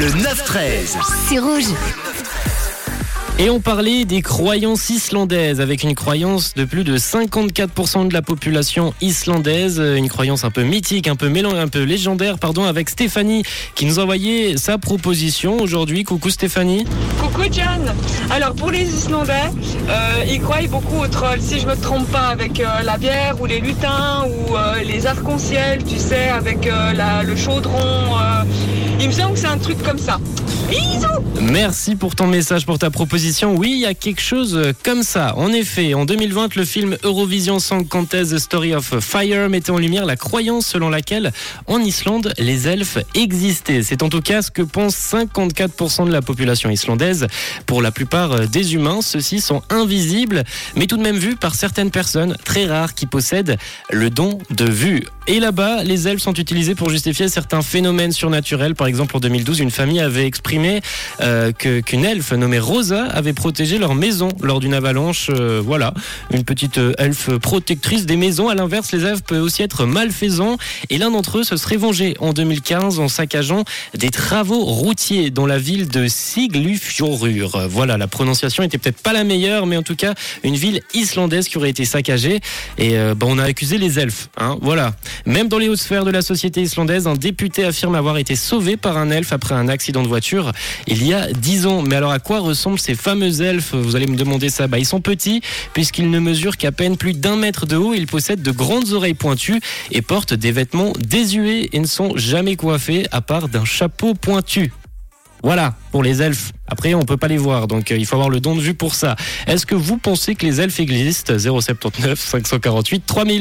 Le 9-13. C'est rouge. Et on parlait des croyances islandaises, avec une croyance de plus de 54% de la population islandaise, une croyance un peu mythique, un peu légendaire, avec Stéphanie qui nous envoyait sa proposition aujourd'hui. Coucou Stéphanie. Coucou John. Alors pour les Islandais, ils croient beaucoup aux trolls, si je me trompe pas, avec la bière ou les lutins ou les arcs-en-ciel, tu sais, avec le chaudron. Il me semble que c'est un truc comme ça. Bisous. Merci pour ton message, pour ta proposition. Oui, il y a quelque chose comme ça. En effet, en 2020, le film Eurovision Song Contest The Story of Fire mettait en lumière la croyance selon laquelle en Islande, les elfes existaient. C'est en tout cas ce que pensent 54% de la population islandaise. Pour la plupart des humains, ceux-ci sont invisibles, mais tout de même vus par certaines personnes très rares qui possèdent le don de vue. Et là-bas, les elfes sont utilisés pour justifier certains phénomènes surnaturels. Par exemple, en 2012, une famille avait exprimé qu'une elfe nommée Rosa avait protégé leur maison lors d'une avalanche. Une petite elfe protectrice des maisons. À l'inverse, les elfes peuvent aussi être malfaisants. Et l'un d'entre eux se serait vengé en 2015 en saccageant des travaux routiers dans la ville de Siglufjörður. Voilà, la prononciation était peut-être pas la meilleure, mais en tout cas, une ville islandaise qui aurait été saccagée. Et on a accusé les elfes. Voilà. Même dans les hautes sphères de la société islandaise, un député affirme avoir été sauvé par un elfe après un accident de voiture il y a 10 ans. Mais alors à quoi ressemblent ces fameux elfes ? Vous allez me demander ça. Ils sont petits puisqu'ils ne mesurent qu'à peine plus d'1 mètre de haut. Ils possèdent de grandes oreilles pointues et portent des vêtements désuets et ne sont jamais coiffés à part d'un chapeau pointu. Voilà, pour les elfes. Après, on peut pas les voir, donc il faut avoir le don de vue pour ça. Est-ce que vous pensez que les elfes existent ? 079 548 3000